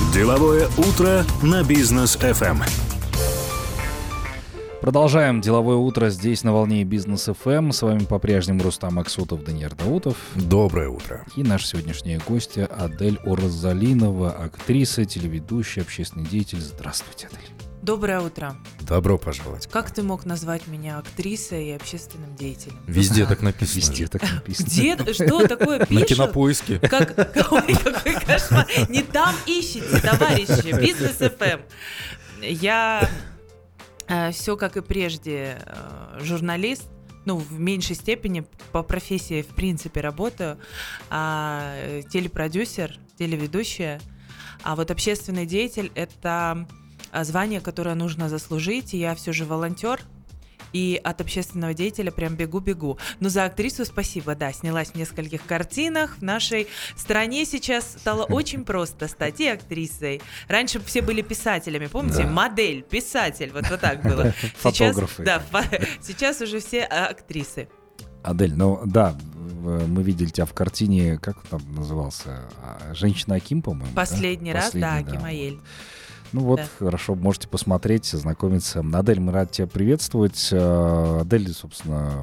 Деловое утро на Бизнес ФМ. Продолжаем деловое утро здесь на волне Бизнес ФМ. С вами по-прежнему Рустам Аксутов, Даниил Даутов. Доброе утро. И наши сегодняшние гости Адель Оразалинова, актриса, телеведущая, общественный деятель. Здравствуйте, Адель. Доброе утро. Добро пожаловать. Как ты мог назвать меня актрисой и общественным деятелем? Везде так написано. Везде так написано. Где? Что такое пишут? На Кинопоиске. Ой, какой кошмар. Не там ищите, товарищи. Бизнес ФМ. Я все как и прежде журналист. В меньшей степени по профессии, в принципе, работаю. Телепродюсер, телеведущая. А вот общественный деятель — это звание, которое нужно заслужить. И я все же волонтер. И от общественного деятеля прям бегу-бегу. Но за актрису спасибо, да, снялась в нескольких картинах. В нашей стране сейчас стало очень просто стать и актрисой. Раньше все были писателями, помните? Да. Модель, писатель, вот так было. Фотографы. Да, сейчас уже все актрисы. Адель, мы видели тебя в картине, как он там назывался? «Женщина Аким», по-моему. Последний раз, Аким Аэль. Хорошо, можете посмотреть, ознакомиться. Адель, мы рады тебя приветствовать. Адель, собственно,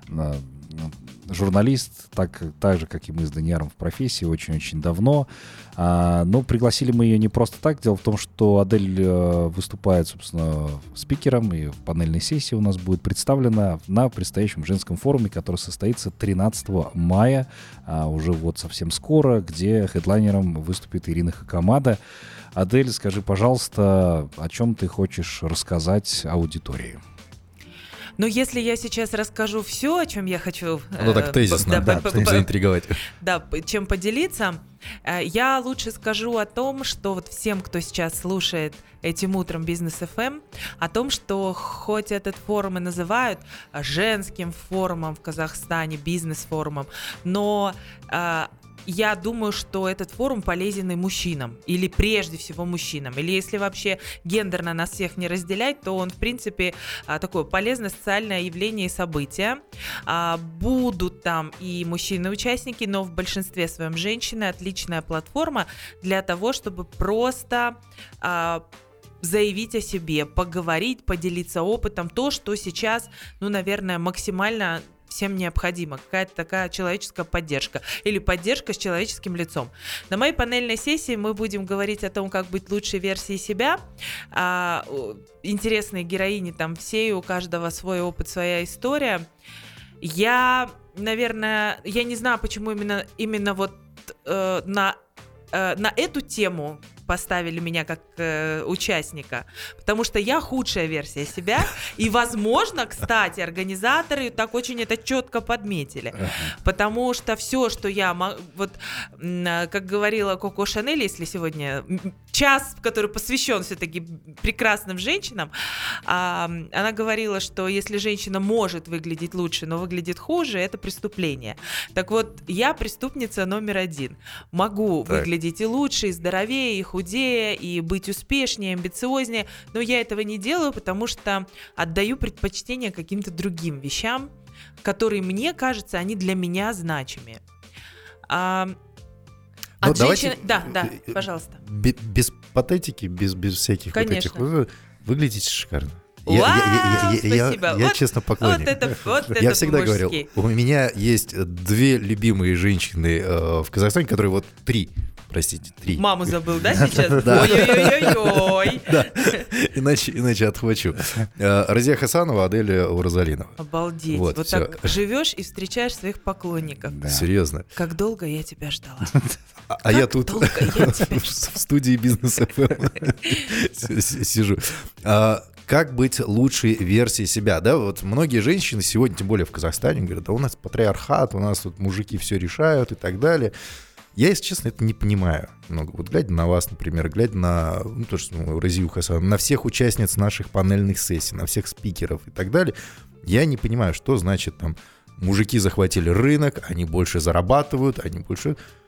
журналист, так же, как и мы с Даниаром в профессии, очень-очень давно. Но пригласили мы ее не просто так. Дело в том, что Адель выступает, собственно, спикером, и в панельной сессии у нас будет представлена на предстоящем женском форуме, который состоится 13 мая, уже совсем скоро, где хедлайнером выступит Ирина Хакамада. Адель, скажи, пожалуйста, о чем ты хочешь рассказать аудитории? Если я сейчас расскажу все, о чем я хочу... так тезисно, чтобы заинтриговать. Да, чем поделиться, я лучше скажу о том, что всем, кто сейчас слушает этим утром Бизнес ФМ, о том, что хоть этот форум и называют женским форумом в Казахстане, бизнес-форумом, но... Я думаю, что этот форум полезен и мужчинам, или прежде всего мужчинам, или если вообще гендерно нас всех не разделять, то он, в принципе, такое полезное социальное явление и событие. Будут там и мужчины-участники, но в большинстве своем женщины. Отличная платформа для того, чтобы просто... заявить о себе, поговорить, поделиться опытом, то, что сейчас, наверное, максимально всем необходимо, какая-то такая человеческая поддержка или поддержка с человеческим лицом. На моей панельной сессии мы будем говорить о том, как быть лучшей версией себя. Интересные героини там все, у каждого свой опыт, своя история. Я не знаю, почему именно на эту тему поставили меня как участника, потому что я худшая версия себя, и, возможно, кстати, организаторы так очень это четко подметили, потому что все, что я, как говорила Коко Шанель, если сегодня час, который посвящен все-таки прекрасным женщинам, она говорила, что если женщина может выглядеть лучше, но выглядит хуже, это преступление. Так вот, я преступница номер 1. Могу выглядеть и лучше, и здоровее, и худее, и быть успешнее, амбициознее, но я этого не делаю, потому что отдаю предпочтение каким-то другим вещам, которые, мне кажется, они для меня значимые. Давайте, да, пожалуйста. Без патетики, без всяких Конечно. Вы выглядите шикарно. Спасибо. Я честно поклонник. Я всегда говорил, у меня есть 2 любимые женщины в Казахстане, которые 3. Маму забыл, да, сейчас? Да. Ой-ой-ой-ой. Да. Иначе отхвачу. Разия Хасанова, Адель Оразалинова. Обалдеть. Вот так живешь и встречаешь своих поклонников. Да. Серьезно. Как долго я тебя ждала. А я тут в студии Бизнес ФМ сижу. Как быть лучшей версией себя, да? Многие женщины сегодня, тем более в Казахстане, говорят, у нас патриархат, у нас тут мужики все решают и так далее. Я, если честно, это не понимаю. Глядя на вас, например, глядя на Разию Хасанову, на всех участниц наших панельных сессий, на всех спикеров и так далее, я не понимаю, что значит там мужики захватили рынок, они больше зарабатывают, они больше...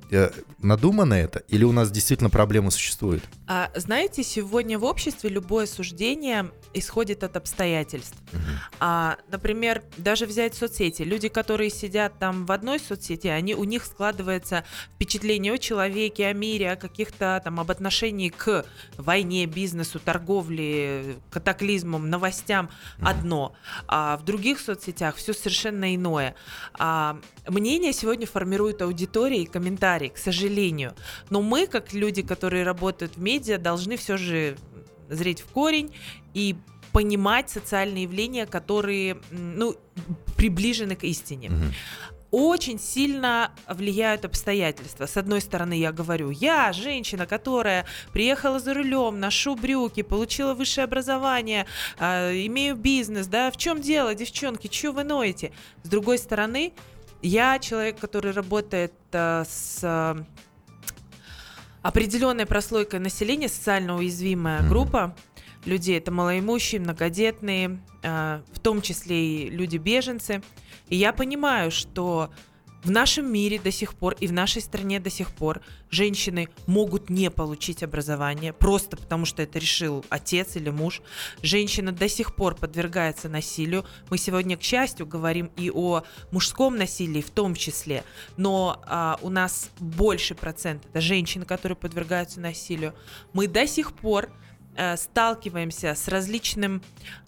надумано это, или у нас действительно проблемы существуют? Знаете, сегодня в обществе любое суждение исходит от обстоятельств. Например, даже взять соцсети. Люди, которые сидят там в одной соцсети, у них складывается впечатление о человеке, о мире, о каких-то там об отношении к войне, бизнесу, торговле, катаклизмам, новостям одно. А в других соцсетях все совершенно иное. Мнение сегодня формирует аудитория и комментарии, к сожалению. Но мы, как люди, которые работают в медиа, должны все же зреть в корень и понимать социальные явления, которые приближены к истине. Очень сильно влияют обстоятельства. С одной стороны, я говорю, я женщина, которая приехала за рулем, ношу брюки, получила высшее образование, имею бизнес, да, в чем дело, девчонки, чего вы ноете? С другой стороны, я человек, который работает с определенной прослойкой населения, социально уязвимая группа людей, это малоимущие, многодетные, в том числе и люди-беженцы. И я понимаю, что в нашем мире до сих пор и в нашей стране до сих пор женщины могут не получить образование, просто потому что это решил отец или муж. Женщина до сих пор подвергается насилию. Мы сегодня, к счастью, говорим и о мужском насилии в том числе, но у нас больше процент это женщины, которые подвергаются насилию. Мы до сих пор сталкиваемся с различным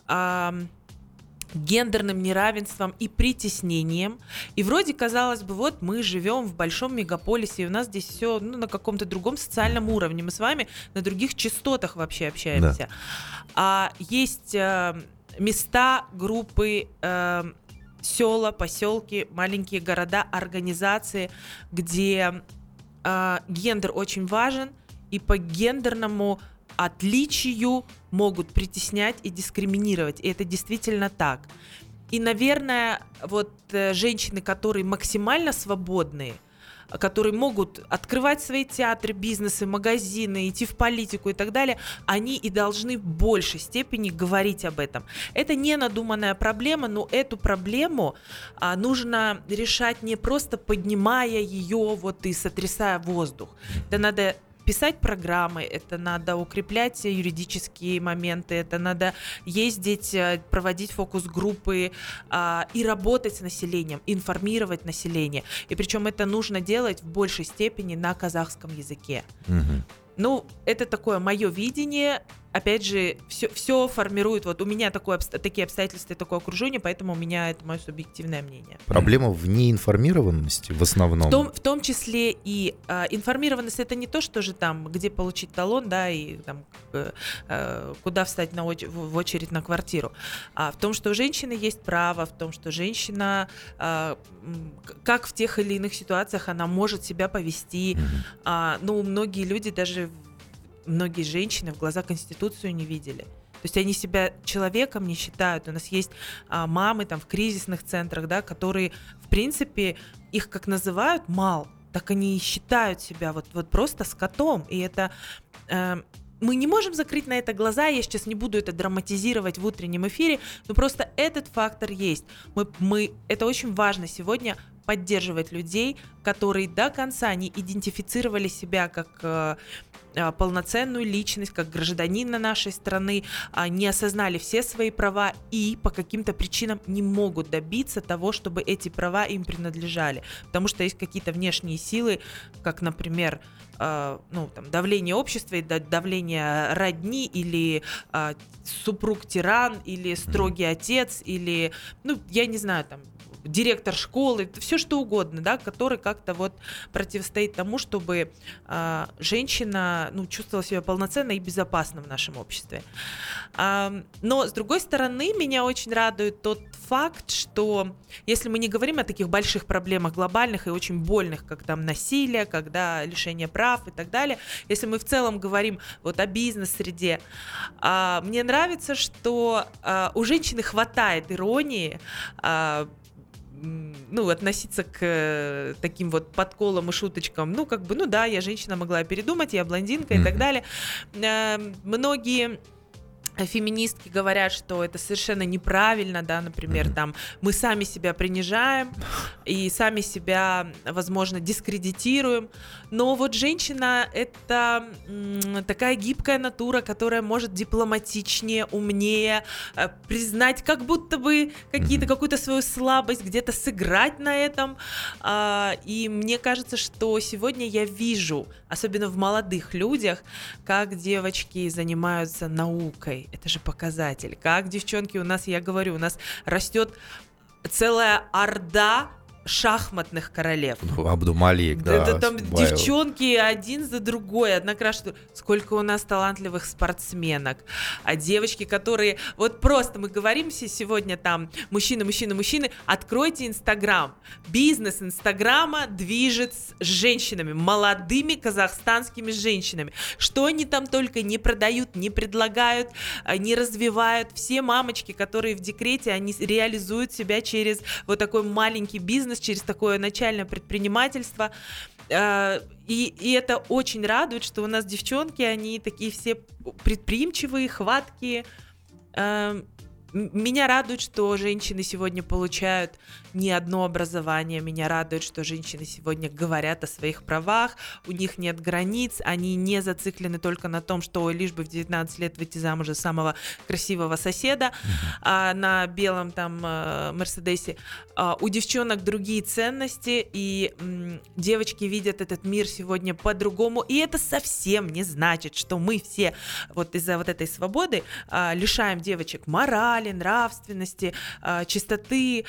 гендерным неравенством и притеснением. И вроде, казалось бы, вот мы живем в большом мегаполисе, и у нас здесь все на каком-то другом социальном уровне. Мы с вами на других частотах вообще общаемся. Да. Есть места, группы, села, поселки, маленькие города, организации, где гендер очень важен, и по гендерному отличию могут притеснять и дискриминировать. И это действительно так. И, наверное, вот женщины, которые максимально свободные, которые могут открывать свои театры, бизнесы, магазины, идти в политику и так далее, они и должны в большей степени говорить об этом. Это не надуманная проблема, но эту проблему нужно решать не просто поднимая ее вот и сотрясая воздух. Это надо писать программы, это надо укреплять юридические моменты, это надо ездить, проводить фокус-группы и работать с населением, информировать население. И причем это нужно делать в большей степени на казахском языке. Ну, это такое мое видение. Опять же, все формирует. Вот у меня такие обстоятельства, такое окружение, поэтому у меня это мое субъективное мнение. Проблема в неинформированности в основном. В том числе и информированность — это не то, что же там, где получить талон, да, и там, куда встать в очередь на квартиру. А в том, что у женщины есть право, в том, что женщина, как в тех или иных ситуациях она может себя повести. Многие люди, даже многие женщины в глаза Конституцию не видели. То есть они себя человеком не считают. У нас есть мамы там в кризисных центрах, да, которые, в принципе, их как называют мал, так они и считают себя вот просто скотом. И это... Мы не можем закрыть на это глаза, я сейчас не буду это драматизировать в утреннем эфире, но просто этот фактор есть. Это очень важно сегодня поддерживать людей, которые до конца не идентифицировали себя как полноценную личность, как гражданина нашей страны, не осознали все свои права и по каким-то причинам не могут добиться того, чтобы эти права им принадлежали. Потому что есть какие-то внешние силы, как, например, давление общества, и давление родни, или супруг-тиран, или строгий отец, или, я не знаю, там, директор школы, все что угодно, да, который как-то вот противостоит тому, чтобы женщина чувствовала себя полноценно и безопасно в нашем обществе. Но, с другой стороны, меня очень радует тот факт, что если мы не говорим о таких больших проблемах глобальных и очень больных, как там насилие, когда лишение прав и так далее, если мы в целом говорим вот о бизнес-среде, мне нравится, что у женщины хватает иронии, относиться к таким вот подколам и шуточкам, я женщина, могла передумать, я блондинка и так далее. Многие феминистки говорят, что это совершенно неправильно, да, например, там мы сами себя принижаем и сами себя, возможно, дискредитируем, но вот женщина — это такая гибкая натура, которая может дипломатичнее, умнее признать как будто бы какую-то свою слабость, где-то сыграть на этом, и мне кажется, что сегодня я вижу, особенно в молодых людях, как девочки занимаются наукой. Это же показатель. Как девчонки у нас, я говорю, у нас растет целая орда шахматных королев. Абдумалик, да. Это там девчонки один за другой, одна краше. Сколько у нас талантливых спортсменок. А девочки, которые... Вот просто мы говорим сегодня там, мужчины, откройте Инстаграм. Бизнес Инстаграма движет с женщинами, молодыми казахстанскими женщинами. Что они там только не продают, не предлагают, не развивают. Все мамочки, которые в декрете, они реализуют себя через вот такой маленький бизнес, через такое начальное предпринимательство. И это очень радует, что у нас девчонки, они такие все предприимчивые, хваткие. Меня радует, что женщины сегодня получают не одно образование. Меня радует, что женщины сегодня говорят о своих правах, у них нет границ, они не зациклены только на том, что лишь бы в 19 лет выйти замуж за самого красивого соседа на белом там Мерседесе. У девчонок другие ценности, и девочки видят этот мир сегодня по-другому. И это совсем не значит, что мы все вот из-за вот этой свободы лишаем девочек морали, нравственности, чистоты,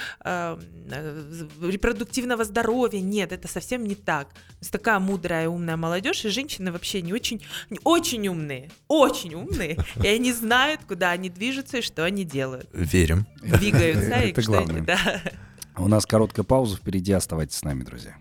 репродуктивного здоровья. Нет, это совсем не так. То есть такая мудрая и умная молодежь, и женщины вообще не очень умные, и они знают, куда они движутся и что они делают. Верим. Двигаются. Это главное. У нас короткая пауза впереди, оставайтесь с нами, друзья.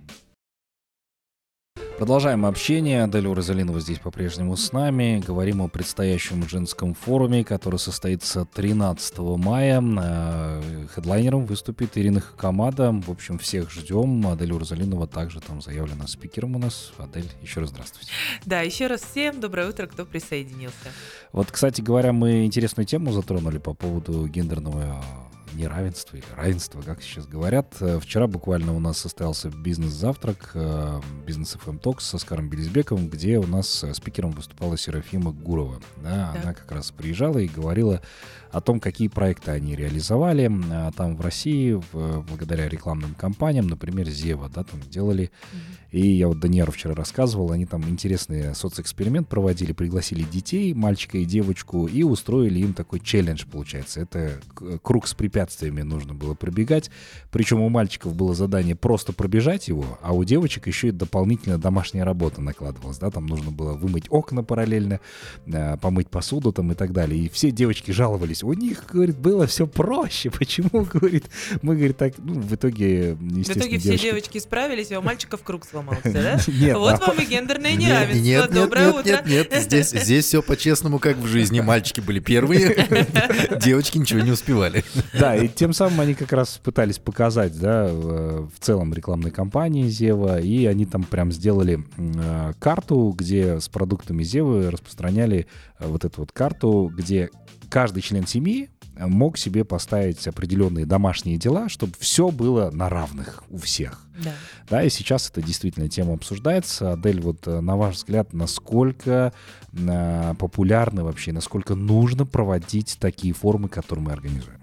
Продолжаем общение. Адель Уразалинова здесь по-прежнему с нами. Говорим о предстоящем женском форуме, который состоится 13 мая. Хедлайнером выступит Ирина Хакамада. В общем, всех ждем. Адель Уразалинова также там заявлена спикером у нас. Адель, еще раз здравствуйте. Да, еще раз всем доброе утро, кто присоединился. Вот, кстати говоря, мы интересную тему затронули по поводу гендерного неравенства или равенства, как сейчас говорят. Вчера буквально у нас состоялся бизнес-завтрак, бизнес FM Talks с Оскаром Белизбековым, где у нас спикером выступала Серафима Гурова. Да, да. Она как раз приезжала и говорила о том, какие проекты они реализовали там в России, благодаря рекламным кампаниям, например, Зева, да, там делали. И я вот Данияру вчера рассказывал, они там интересный соцэксперимент проводили, пригласили детей, мальчика и девочку, и устроили им такой челлендж, получается. Это круг с препятствиями нужно было пробегать. Причем у мальчиков было задание просто пробежать его, а у девочек еще и дополнительная домашняя работа накладывалась. Да? Там нужно было вымыть окна параллельно, помыть посуду там и так далее. И все девочки жаловались. У них, говорит, было все проще. Почему, говорит, мы, говорит, так, ну, в итоге, естественно, в итоге все девочки справились, а у мальчиков круг сломался, да? Нет, вот вам и гендерное неравенство. Доброе утро. Нет, здесь все по-честному, как в жизни. Мальчики были первые, девочки ничего не успевали. Да, и тем самым они как раз пытались показать, да, в целом рекламной кампании Зева, и они там прям сделали карту, где с продуктами Зевы распространяли вот эту вот карту, где каждый член семьи мог себе поставить определенные домашние дела, чтобы все было на равных у всех. Да. Да, и сейчас это действительно тема обсуждается. Адель, вот на ваш взгляд, насколько популярны вообще, насколько нужно проводить такие форумы, которые мы организуем?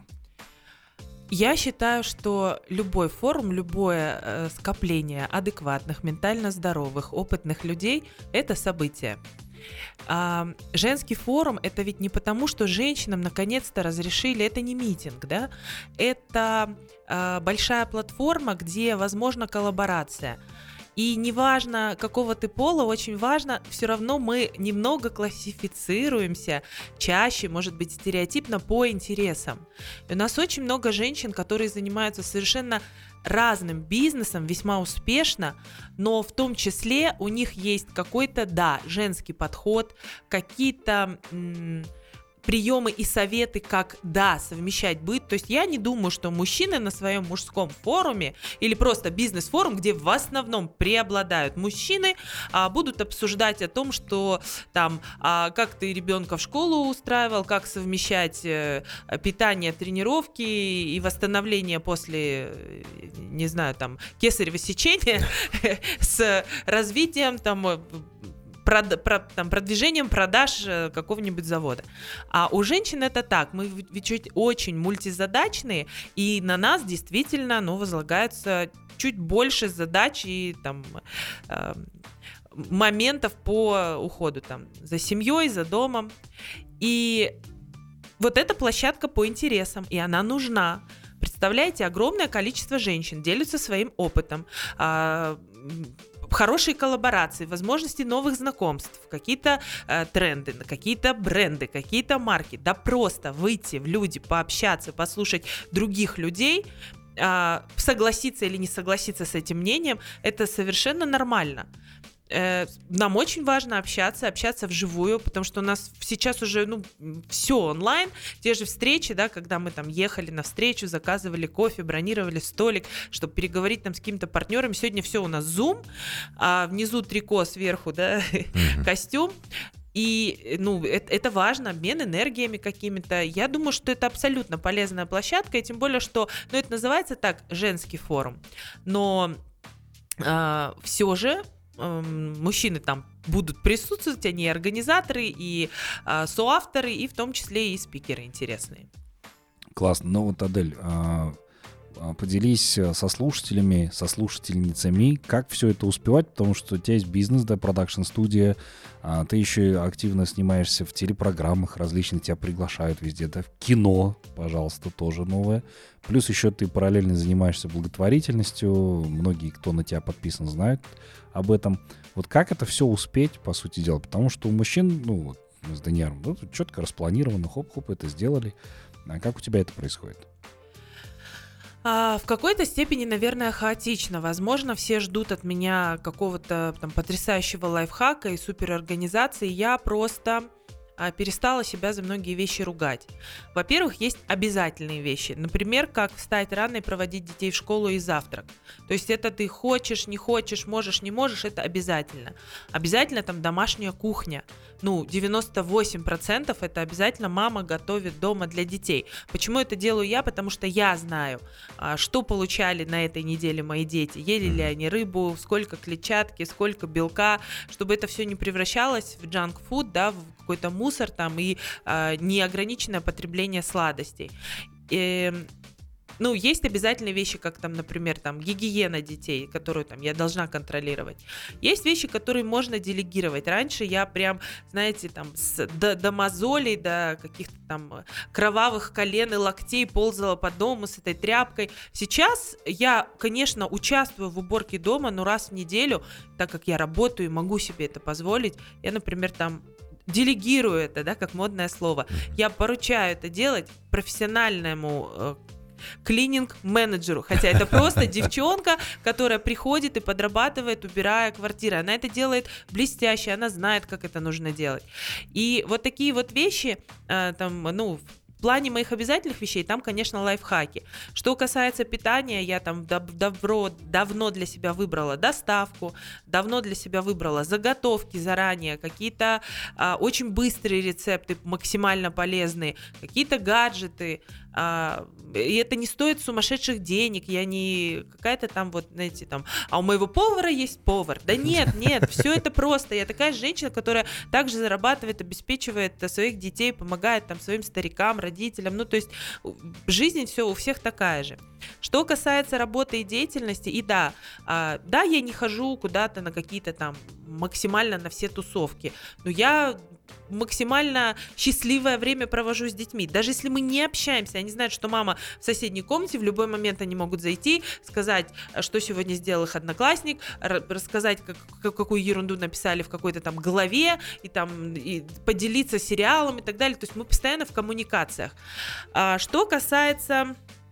Я считаю, что любой форум, любое скопление адекватных, ментально здоровых, опытных людей – это событие. Женский форум — это ведь не потому, что женщинам наконец-то разрешили, это не митинг, да? Это большая платформа, где возможна коллаборация. И неважно, какого ты пола, очень важно, все равно мы немного классифицируемся, чаще, может быть, стереотипно по интересам. И у нас очень много женщин, которые занимаются совершенно разным бизнесом, весьма успешно, но в том числе у них есть какой-то, да, женский подход, какие-то приемы и советы, как, совмещать быт. То есть я не думаю, что мужчины на своем мужском форуме или просто бизнес-форум, где в основном преобладают мужчины, будут обсуждать о том, что там, как ты ребенка в школу устраивал, как совмещать питание, тренировки и восстановление после, не знаю, там, кесарево сечения с развитием там продвижением продаж какого-нибудь завода. А у женщин это так. Мы ведь очень мультизадачные, и на нас действительно возлагаются чуть больше задач и там моментов по уходу там за семьей, за домом. И вот эта площадка по интересам, и она нужна. Представляете, огромное количество женщин делятся своим опытом, хорошие коллаборации, возможности новых знакомств, какие-то тренды, какие-то бренды, какие-то марки. Да просто выйти в люди, пообщаться, послушать других людей, согласиться или не согласиться с этим мнением, это совершенно нормально. Нам очень важно общаться вживую, потому что у нас сейчас уже все онлайн, те же встречи, да, когда мы там ехали на встречу, заказывали кофе, бронировали столик, чтобы переговорить там с каким-то партнером. Сегодня все у нас Zoom, а внизу трико, сверху, да, костюм. И, это важно, обмен энергиями какими-то. Я думаю, что это абсолютно полезная площадка, и тем более, что, это называется так, женский форум. Но все же мужчины там будут присутствовать, они и организаторы, и соавторы, и в том числе и спикеры интересные. Классно. Адель, поделись со слушателями, со слушательницами, как все это успевать, потому что у тебя есть бизнес, да, продакшн-студия, ты еще и активно снимаешься в телепрограммах различных, тебя приглашают везде, да, в кино, пожалуйста, тоже новое. Плюс еще ты параллельно занимаешься благотворительностью, многие, кто на тебя подписан, знают об этом. Вот как это все успеть, по сути дела, потому что у мужчин, мы с Даниаром, четко распланировано, хоп-хоп, это сделали. А как у тебя это происходит? В какой-то степени, наверное, хаотично. Возможно, все ждут от меня какого-то там потрясающего лайфхака и суперорганизации. Я просто перестала себя за многие вещи ругать. Во-первых, есть обязательные вещи. Например, как встать рано и проводить детей в школу и завтрак. То есть это ты хочешь, не хочешь, можешь, не можешь, это обязательно. Обязательно там домашняя кухня. 98% это обязательно мама готовит дома для детей. Почему это делаю я? Потому что я знаю, что получали на этой неделе мои дети. Ели ли они рыбу, сколько клетчатки, сколько белка, чтобы это все не превращалось в джанк-фуд, да, в какой-то мусор там и неограниченное потребление сладостей. Есть обязательные вещи, как там, например, там гигиена детей, которую там я должна контролировать. Есть вещи, которые можно делегировать. Раньше я прям, знаете, там до мозолей, до каких-то там кровавых колен и локтей ползала по дому с этой тряпкой. Сейчас я, конечно, участвую в уборке дома, но раз в неделю, так как я работаю и могу себе это позволить, я, например, там делегирую это, да, как модное слово. Я поручаю это делать профессиональному клининг-менеджеру, хотя это просто девчонка, которая приходит и подрабатывает, убирая квартиры. Она это делает блестяще, она знает, как это нужно делать. И вот такие вот вещи, в плане моих обязательных вещей, там, конечно, лайфхаки. Что касается питания, я там давно для себя выбрала доставку, давно для себя выбрала заготовки заранее, какие-то очень быстрые рецепты, максимально полезные, какие-то гаджеты. И это не стоит сумасшедших денег, я не какая-то там а у моего повара есть повар. Да нет, все это просто. Я такая женщина, которая также зарабатывает, обеспечивает своих детей, помогает там своим старикам, родителям. То есть жизнь все у всех такая же. Что касается работы и деятельности, и да, я не хожу куда-то на какие-то там максимально на все тусовки, но я максимально счастливое время провожу с детьми. Даже если мы не общаемся, они знают, что мама в соседней комнате, в любой момент они могут зайти, сказать, что сегодня сделал их одноклассник, рассказать, какую ерунду написали в какой-то там главе, и поделиться сериалом и так далее. То есть мы постоянно в коммуникациях. Что касается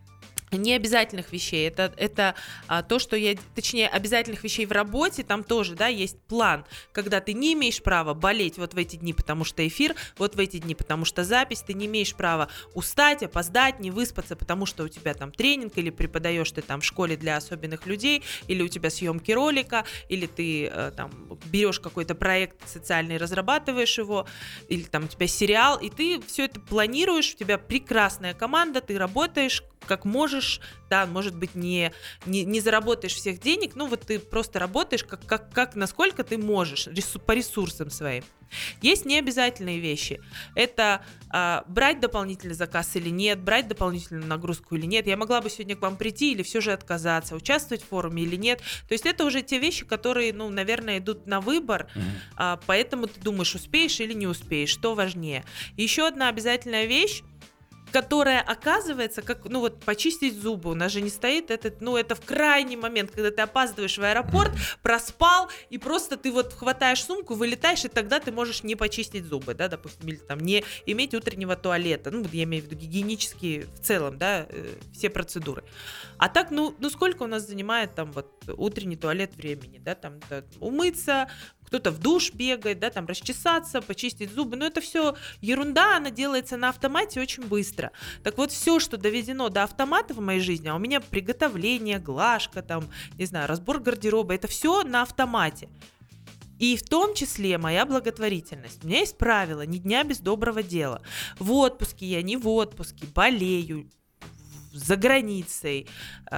необязательных вещей. Это то, что точнее, обязательных вещей в работе, там тоже, да, есть план, когда ты не имеешь права болеть вот в эти дни, потому что эфир, вот в эти дни, потому что запись, ты не имеешь права устать, опоздать, не выспаться, потому что у тебя там тренинг, или преподаешь ты там в школе для особенных людей, или у тебя съемки ролика, или ты там берешь какой-то проект социальный, разрабатываешь его, или там у тебя сериал, и ты все это планируешь, у тебя прекрасная команда, ты работаешь как можешь, да, может быть, не заработаешь всех денег, ну вот ты просто работаешь как насколько ты можешь, по ресурсам своим. Есть необязательные вещи. Это брать дополнительный заказ или нет, брать дополнительную нагрузку или нет. Я могла бы сегодня к вам прийти или все же отказаться, участвовать в форуме или нет. То есть это уже те вещи, которые, ну, наверное, идут на выбор, поэтому ты думаешь, успеешь или не успеешь, что важнее. Еще одна обязательная вещь, которая оказывается, как, ну вот, почистить зубы. У нас же не стоит этот, ну, это в крайний момент, когда ты опаздываешь в аэропорт, проспал, и просто ты вот хватаешь сумку, вылетаешь, и тогда ты можешь не почистить зубы, да, допустим, или там не иметь утреннего туалета. Ну, я имею в виду гигиенические в целом, да, все процедуры. А так, ну сколько у нас занимает там вот утренний туалет времени, да, там да, умыться, кто-то в душ бегает, да, там расчесаться, почистить зубы. Но это все ерунда, она делается на автомате очень быстро. Так вот, все, что доведено до автомата в моей жизни, а у меня приготовление, глажка, там, не знаю, разбор гардероба, это все на автомате. И в том числе моя благотворительность. У меня есть правило: ни дня без доброго дела. В отпуске я, не в отпуске, болею, за границей.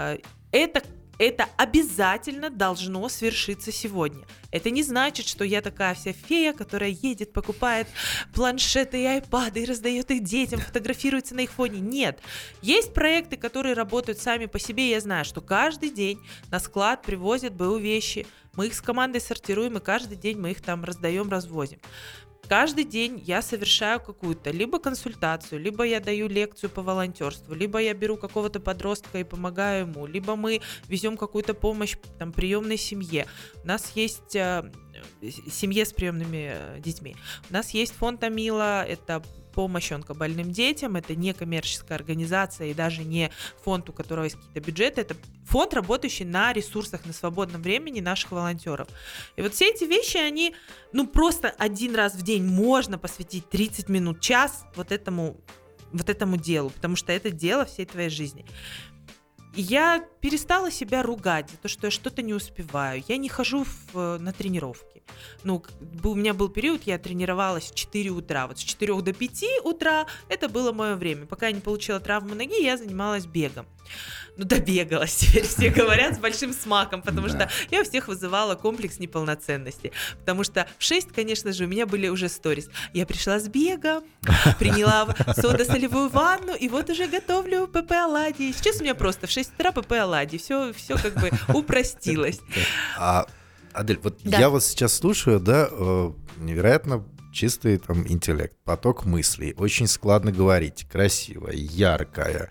Это обязательно должно свершиться сегодня. Это не значит, что я такая вся фея, которая едет, покупает планшеты и айпады и раздает их детям, фотографируется на их фоне. Нет. Есть проекты, которые работают сами по себе. Я знаю, что каждый день на склад привозят БУ вещи. Мы их с командой сортируем, и каждый день мы их там раздаем, развозим. Каждый день я совершаю какую-то либо консультацию, либо я даю лекцию по волонтерству, либо я беру какого-то подростка и помогаю ему, либо мы везем какую-то помощь там, приемной семье. У нас есть семье с приемными детьми. У нас есть фонд Амила, это помощь онкобольным детям, это не коммерческая организация и даже не фонд, у которого есть какие-то бюджеты, это фонд, работающий на ресурсах, на свободном времени наших волонтеров. И вот все эти вещи, они, ну, просто один раз в день можно посвятить 30 минут, час вот этому делу, потому что это дело всей твоей жизни. И я перестала себя ругать за то, что я что-то не успеваю. Я не хожу на тренировки. Ну, у меня был период, я тренировалась в 4 утра. Вот с 4 до 5 утра это было мое время. Пока я не получила травму ноги, я занималась бегом. Ну, добегалась, теперь все говорят с большим смаком, потому что я у всех вызывала комплекс неполноценности. Потому что в 6, конечно же, у меня были уже сторис. Я пришла с бега, приняла сода-солевую ванну, и вот уже готовлю ПП оладьи. Сейчас у меня просто в 6 утра ПП оладьи. Все как бы упростилось. Адель, вот я вас сейчас слушаю, да, невероятно чистый там интеллект, поток мыслей, очень складно говорить, красиво, ярко,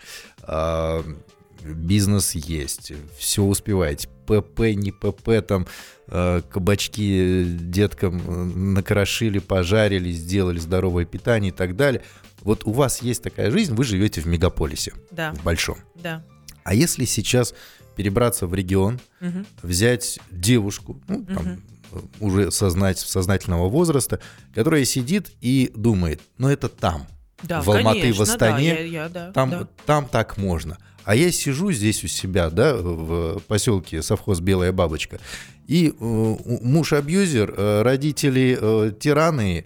бизнес есть, все успеваете, ПП, не ПП, там кабачки деткам накрошили, пожарили, сделали здоровое питание и так далее. Вот у вас есть такая жизнь, вы живете в мегаполисе, да, в большом. Да. А если сейчас перебраться в регион, взять девушку, ну, там, уже сознательного возраста, которая сидит и думает, ну это там, да, в Алматы, конечно, в Астане, там так можно. А я сижу здесь у себя, да, в поселке совхоз «Белая бабочка», и муж абьюзер, родители тираны,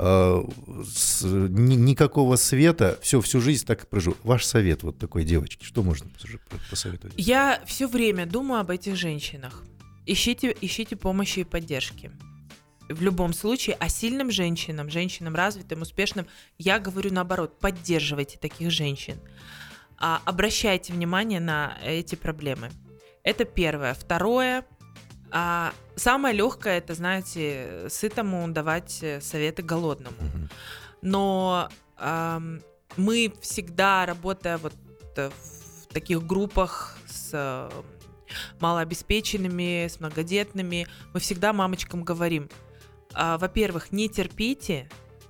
никакого света, всю жизнь так и проживу. Ваш совет вот такой девочке, что можно посоветовать? Я все время думаю об этих женщинах. Ищите помощи и поддержки. В любом случае, а сильным женщинам развитым, успешным, я говорю наоборот, поддерживайте таких женщин. Обращайте внимание на эти проблемы. Это первое. Второе, самое легкое, это, знаете, сытому давать советы голодному. Но мы всегда, работая вот в таких группах с малообеспеченными, с многодетными, мы всегда мамочкам говорим, во-первых, не терпите,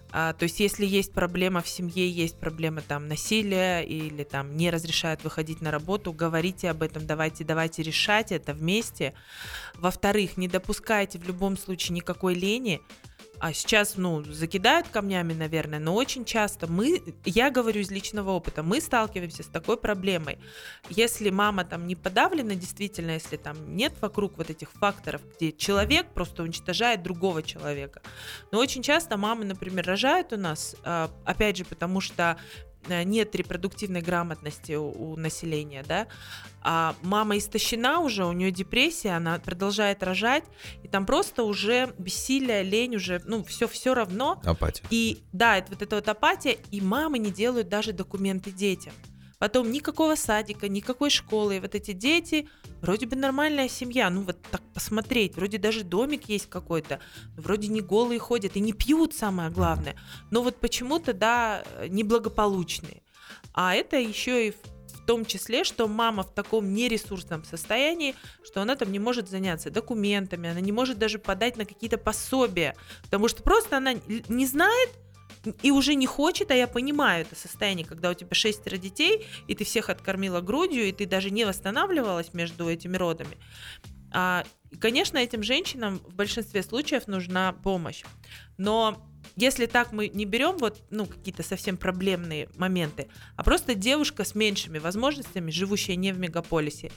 То есть, если есть проблема в семье, есть проблема там насилия или там не разрешают выходить на работу, говорите об этом, давайте решать это вместе. Во-вторых, не допускайте в любом случае никакой лени. А сейчас, закидают камнями, наверное, но очень часто я говорю из личного опыта, мы сталкиваемся с такой проблемой. Если мама там не подавлена, действительно, если там нет вокруг вот этих факторов, где человек просто уничтожает другого человека. Но очень часто мамы, например, рожают у нас, опять же, потому что нет репродуктивной грамотности у населения, да, а мама истощена уже, у нее депрессия, она продолжает рожать, и там просто уже бессилие, лень, уже, все равно. Апатия. И да, это вот эта вот апатия, и мамы не делают даже документы детям. Потом никакого садика, никакой школы, и вот эти дети, вроде бы нормальная семья, вот так посмотреть, вроде даже домик есть какой-то, вроде не голые ходят и не пьют, самое главное, но вот почему-то, да, неблагополучные. А это еще и в том числе, что мама в таком нересурсном состоянии, что она там не может заняться документами, она не может даже подать на какие-то пособия, потому что просто она не знает, и уже не хочет, а я понимаю это состояние, когда у тебя 6 детей, и ты всех откормила грудью, и ты даже не восстанавливалась между этими родами. И, конечно, этим женщинам в большинстве случаев нужна помощь. Но если так мы не берем какие-то совсем проблемные моменты, а просто девушка с меньшими возможностями, живущая не в мегаполисе,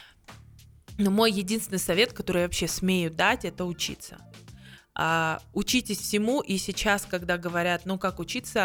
мой единственный совет, который я вообще смею дать, это учиться. Учитесь всему, и сейчас, когда говорят, как учиться,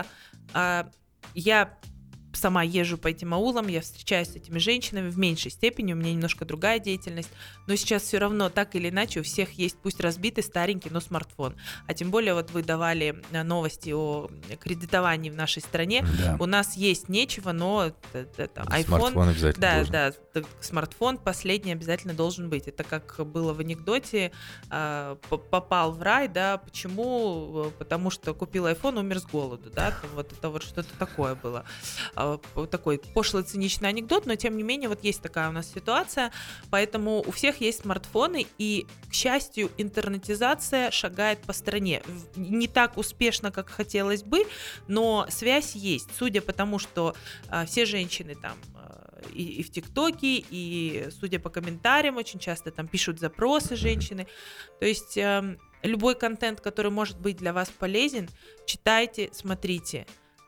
я сама езжу по этим аулам, я встречаюсь с этими женщинами в меньшей степени, у меня немножко другая деятельность, но сейчас все равно так или иначе у всех есть, пусть разбитый, старенький, но смартфон. А тем более вы давали новости о кредитовании в нашей стране, да. У нас есть нечего, но iPhone, смартфон обязательно должен. Да, смартфон последний обязательно должен быть. Это как было в анекдоте, попал в рай, да, почему? Потому что купил iPhone, умер с голоду, да, это вот что-то такое было. Такой пошлый циничный анекдот, но тем не менее есть такая у нас ситуация, поэтому у всех есть смартфоны, и, к счастью, интернетизация шагает по стране. Не так успешно, как хотелось бы, но связь есть, судя по тому, что все женщины там и в ТикТоке, и, судя по комментариям, очень часто там пишут запросы женщины, то есть любой контент, который может быть для вас полезен, читайте, смотрите,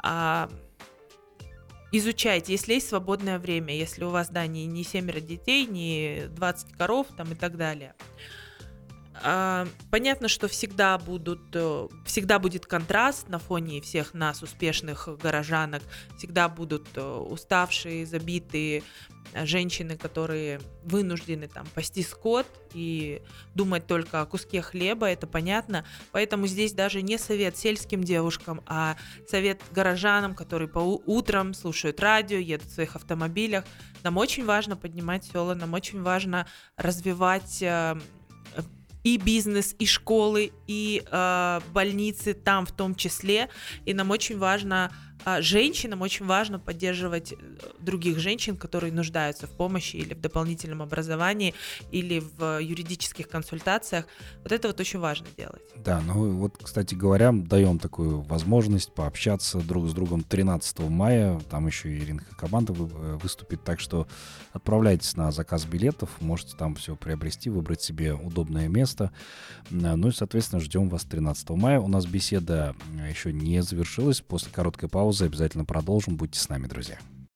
изучайте, если есть свободное время, если у вас, не 7 детей, не 20 коров там, и так далее. Понятно, что всегда будет контраст на фоне всех нас, успешных горожанок, всегда будут уставшие, забитые женщины, которые вынуждены там пасти скот и думать только о куске хлеба, это понятно. Поэтому здесь даже не совет сельским девушкам, а совет горожанам, которые по утрам слушают радио, едут в своих автомобилях. Нам очень важно поднимать села, нам очень важно развивать и бизнес, и школы, и больницы там в том числе. И нам очень важно, женщинам очень важно поддерживать других женщин, которые нуждаются в помощи или в дополнительном образовании, или в юридических консультациях. Вот это очень важно делать. Да, кстати говоря, даем такую возможность пообщаться друг с другом 13 мая. Там еще и Ирина Хакаманда выступит, так что отправляйтесь на заказ билетов, можете там все приобрести, выбрать себе удобное место. И, соответственно, ждем вас 13 мая. У нас беседа еще не завершилась. После короткой паузы обязательно продолжим. Будьте с нами, друзья.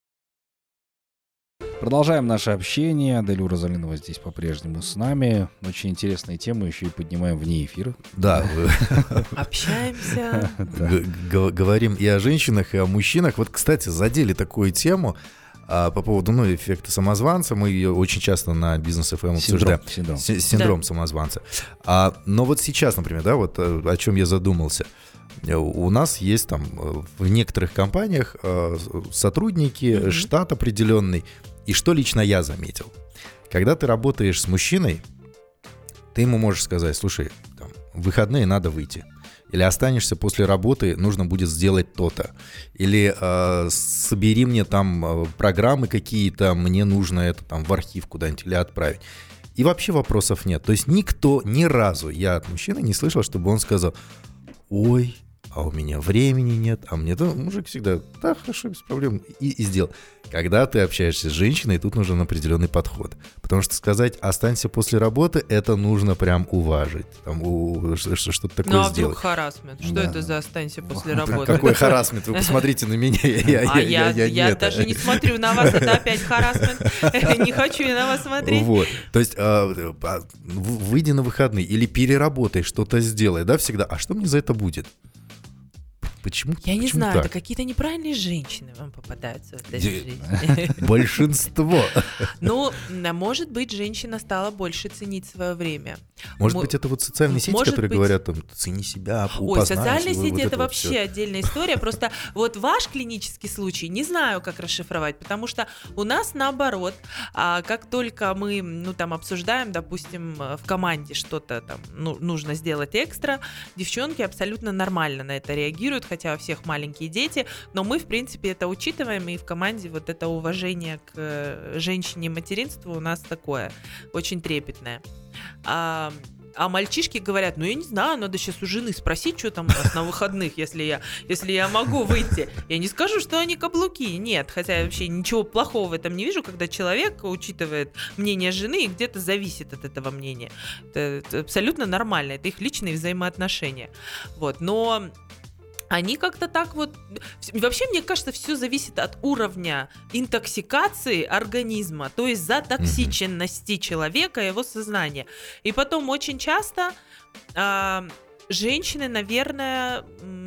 Продолжаем наше общение. Адель Уразалинова здесь по-прежнему с нами. Очень интересные темы еще и поднимаем вне эфира. Да. Общаемся. Говорим и о женщинах, и о мужчинах. Кстати, задели такую тему по поводу эффекта самозванца. Мы ее очень часто на Бизнес-ФМ обсуждаем. Синдром самозванца. Но сейчас, например, о чем я задумался. У нас есть там в некоторых компаниях сотрудники, штат определенный. И что лично я заметил? Когда ты работаешь с мужчиной, ты ему можешь сказать: слушай, в выходные надо выйти. Или останешься после работы, нужно будет сделать то-то. Или собери мне там программы какие-то, мне нужно это там в архив куда-нибудь или отправить. И вообще вопросов нет. То есть никто ни разу, я от мужчины не слышал, чтобы он сказал: ой, а у меня времени нет, а мне, мужик всегда, да, хорошо, без проблем, и сделал. Когда ты общаешься с женщиной, тут нужен определенный подход. Потому что сказать «останься после работы» — это нужно прям уважить. Там, что-то такое Ну, а сделать. вдруг харассмент? Что это за «останься после работы»? Какой харассмент? Вы посмотрите на меня. Я даже не смотрю на вас, это опять харассмент. Не хочу я на вас смотреть. Вот. То есть выйди на выходные или переработай, что-то сделай, да, всегда. А что мне за это будет? Почему? Я не знаю, так? это какие-то неправильные женщины вам попадаются в этой жизни. Большинство. Ну, может быть, женщина стала больше ценить свое время. Может быть, это вот социальные сети, может которые быть... говорят, там, цени себя, Ой, познай социальные себя, сети вот это вот вообще всё. отдельная история. Просто вот ваш клинический случай не знаю, как расшифровать, потому что у нас наоборот, как только мы, обсуждаем, допустим, в команде что-то там нужно сделать экстра, девчонки абсолютно нормально на это реагируют, хотя у всех маленькие дети, но мы, в принципе, это учитываем, и в команде вот это уважение к женщине и материнству у нас такое, очень трепетное. А мальчишки говорят, я не знаю, надо сейчас у жены спросить, что там у нас на выходных, если я могу выйти. Я не скажу, что они каблуки, нет, хотя я вообще ничего плохого в этом не вижу, когда человек учитывает мнение жены и где-то зависит от этого мнения. Это абсолютно нормально, это их личные взаимоотношения. Вот, но... Они как-то так вот... Вообще, мне кажется, все зависит от уровня интоксикации организма, то есть затоксиченности человека и его сознания. И потом очень часто женщины, наверное,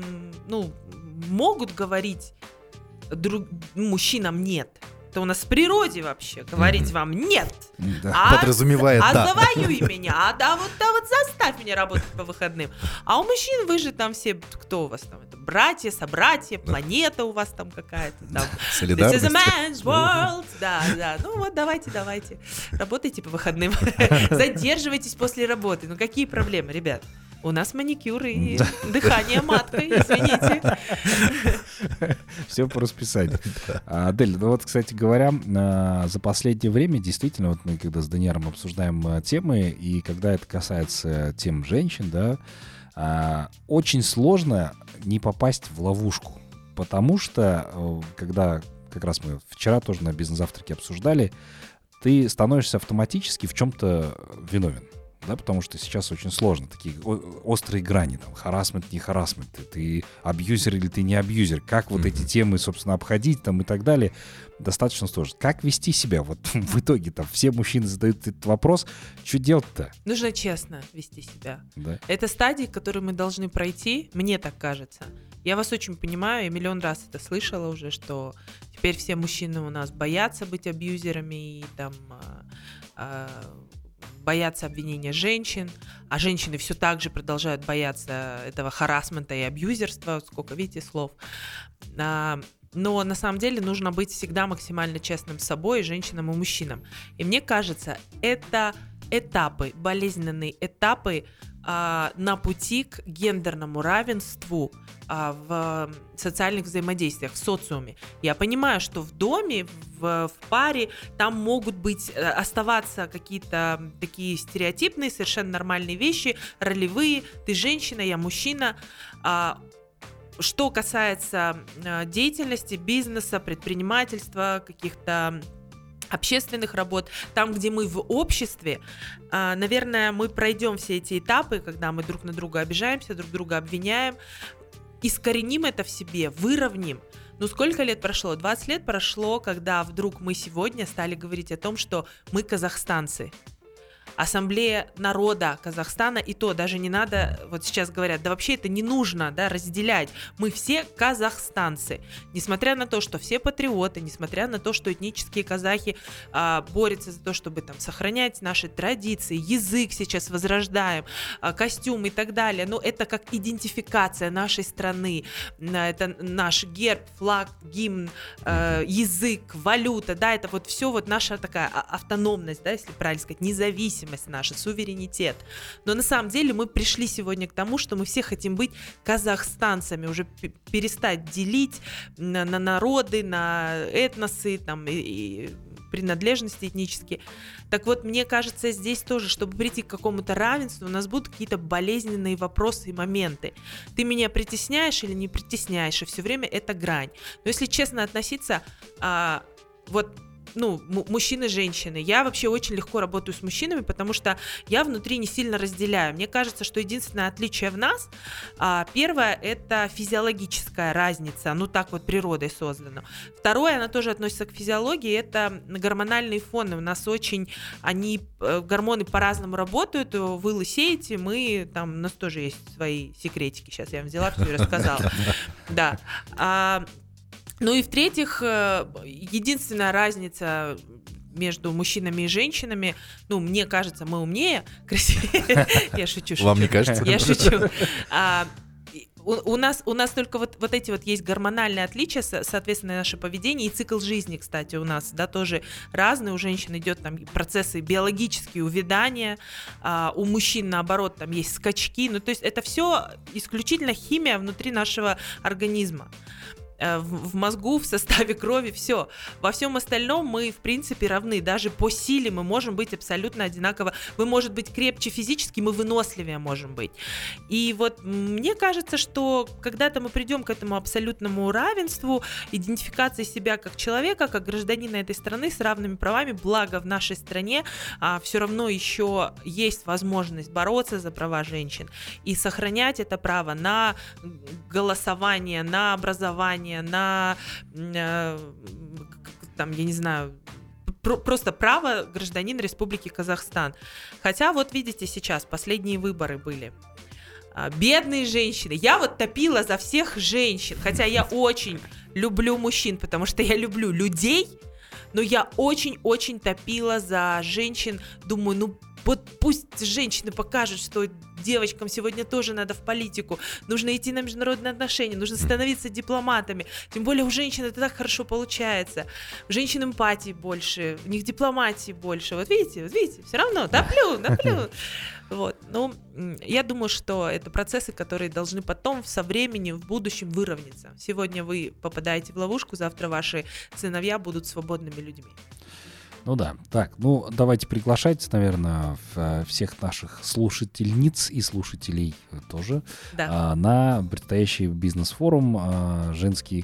могут говорить мужчинам «нет». Это у нас в природе вообще говорить вам «нет». Да. Подразумевает «да». Завоюй меня, вот заставь меня работать по выходным. А у мужчин вы же там все, кто у вас там? Это братья, собратья, планета у вас там какая-то. Там. Солидарность. This is a man's world. Да. Ну вот давайте. Работайте по выходным. Задерживайтесь после работы. Ну какие проблемы, ребят? У нас маникюр и дыхание маткой, извините. Все по расписанию. Адель, кстати говоря, за последнее время действительно, вот мы когда с Даниаром обсуждаем темы, и когда это касается тем женщин, да, очень сложно не попасть в ловушку. Потому что, когда как раз мы вчера тоже на бизнес-завтраке обсуждали, ты становишься автоматически в чем-то виновен. Да, потому что сейчас очень сложно, такие острые грани, там, харассмент, не харассмент, ты абьюзер или ты не абьюзер, как вот эти темы, собственно, обходить там и так далее, достаточно сложно. Как вести себя? Вот в итоге там все мужчины задают этот вопрос, что делать-то? Нужно честно вести себя. Да. Это стадии, которые мы должны пройти, мне так кажется. Я вас очень понимаю, я миллион раз это слышала уже, что теперь все мужчины у нас боятся быть абьюзерами и там... боятся обвинения женщин, а женщины все так же продолжают бояться этого харассмента и абьюзерства, сколько, видите, слов. Но на самом деле нужно быть всегда максимально честным с собой, женщинам и мужчинам. И мне кажется, это этапы, болезненные этапы на пути к гендерному равенству в социальных взаимодействиях, в социуме. Я понимаю, что в доме, в паре там могут оставаться какие-то такие стереотипные, совершенно нормальные вещи, ролевые. Ты женщина, я мужчина. Что касается деятельности, бизнеса, предпринимательства, каких-то общественных работ, там, где мы в обществе, наверное, мы пройдем все эти этапы, когда мы друг на друга обижаемся, друг друга обвиняем, искореним это в себе, выровним. Ну, сколько лет прошло? 20 лет прошло, когда вдруг мы сегодня стали говорить о том, что мы казахстанцы. Ассамблея народа Казахстана, и то даже не надо, вот сейчас говорят, да вообще это не нужно, да, разделять. Мы все казахстанцы. Несмотря на то, что все патриоты, несмотря на то, что этнические казахи борются за то, чтобы там сохранять наши традиции, язык сейчас возрождаем, костюм и так далее. Но это как идентификация нашей страны. Это наш герб, флаг, гимн, язык, валюта, да, это вот все вот наша такая автономность, да, если правильно сказать, независимость наша, суверенитет. Но на самом деле мы пришли сегодня к тому, что мы все хотим быть казахстанцами, уже перестать делить на народы, на этносы, там, и принадлежности этнические. Так вот, мне кажется, здесь тоже, чтобы прийти к какому-то равенству, у нас будут какие-то болезненные вопросы и моменты. Ты меня притесняешь или не притесняешь, и все время это грань. Но если честно относиться, мужчины, женщины. Я вообще очень легко работаю с мужчинами, потому что я внутри не сильно разделяю. Мне кажется, что единственное отличие в нас, первое, это физиологическая разница, так вот природой создано. Второе, она тоже относится к физиологии, это гормональные фоны. У нас гормоны по-разному работают, вы лысеете, у нас тоже есть свои секретики, сейчас я вам взяла все и рассказала. Да. И в-третьих, единственная разница между мужчинами и женщинами, мне кажется, мы умнее, красивее. Я шучу. Вам не кажется? Я шучу. У нас только вот эти вот есть гормональные отличия, соответственно, наше поведение и цикл жизни, кстати, у нас, тоже разный. У женщин идет там процессы биологические, увядания, у мужчин, наоборот, там есть скачки. То есть это все исключительно химия внутри нашего организма. В мозгу, в составе крови, все. Во всем остальном мы, в принципе, равны. Даже по силе мы можем быть абсолютно одинаково. Вы, может быть, крепче физически, мы выносливее можем быть. И вот мне кажется, что когда-то мы придем к этому абсолютному равенству, идентификации себя как человека, как гражданина этой страны с равными правами, благо в нашей стране все равно еще есть возможность бороться за права женщин и сохранять это право на голосование, на образование, на, я не знаю, просто право гражданина Республики Казахстан. Хотя вот видите сейчас, последние выборы были. Бедные женщины. Я топила за всех женщин, хотя я очень люблю мужчин, потому что я люблю людей, но я очень-очень топила за женщин. Думаю, пусть женщины покажут, что девочкам сегодня тоже надо в политику, нужно идти на международные отношения, нужно становиться дипломатами. Тем более у женщин это так хорошо получается. У женщин эмпатии больше, у них дипломатии больше. Вот видите, все равно топлю. Я думаю, что это процессы, которые должны потом со временем в будущем выровняться. Сегодня вы попадаете в ловушку, завтра ваши сыновья будут свободными людьми. Так, давайте приглашать, наверное, всех наших слушательниц и слушателей тоже на предстоящий бизнес-форум женский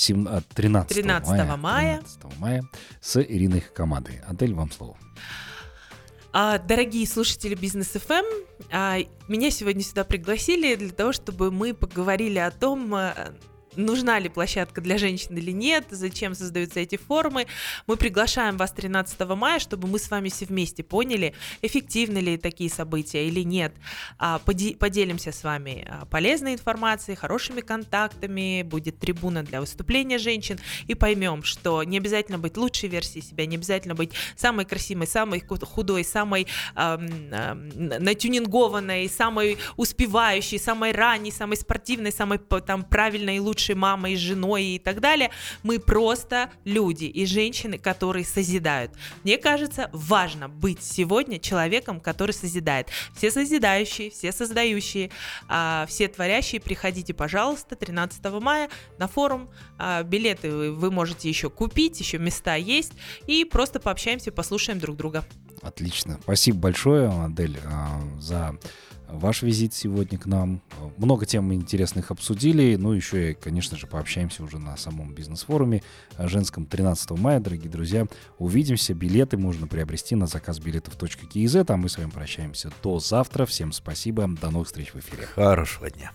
13 мая с Ириной Хакамадой. Адель, вам слово. Дорогие слушатели Бизнес ФМ, меня сегодня сюда пригласили для того, чтобы мы поговорили о том, нужна ли площадка для женщин или нет, зачем создаются эти форумы. Мы приглашаем вас 13 мая, чтобы мы с вами все вместе поняли, эффективны ли такие события или нет. Поделимся с вами полезной информацией, хорошими контактами, будет трибуна для выступления женщин, и поймем, что не обязательно быть лучшей версией себя, не обязательно быть самой красивой, самой худой, самой натюнингованной, самой успевающей, самой ранней, самой спортивной, самой правильной и лучшей мамой, женой и так далее. Мы просто люди и женщины, которые созидают. Мне кажется, важно быть сегодня человеком, который созидает. Все созидающие, все создающие, все творящие, приходите, пожалуйста, 13 мая на форум. Билеты вы можете еще купить, еще места есть, и просто пообщаемся, послушаем друг друга. Отлично. Спасибо большое, Адель, за ваш визит сегодня к нам. Много тем интересных обсудили. Еще и, конечно же, пообщаемся уже на самом бизнес-форуме женском 13 мая. Дорогие друзья, увидимся. Билеты можно приобрести на заказ билетов.kz. А мы с вами прощаемся до завтра. Всем спасибо. До новых встреч в эфире. Хорошего дня.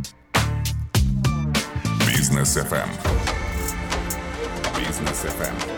Бизнес ФМ. Бизнес ФМ.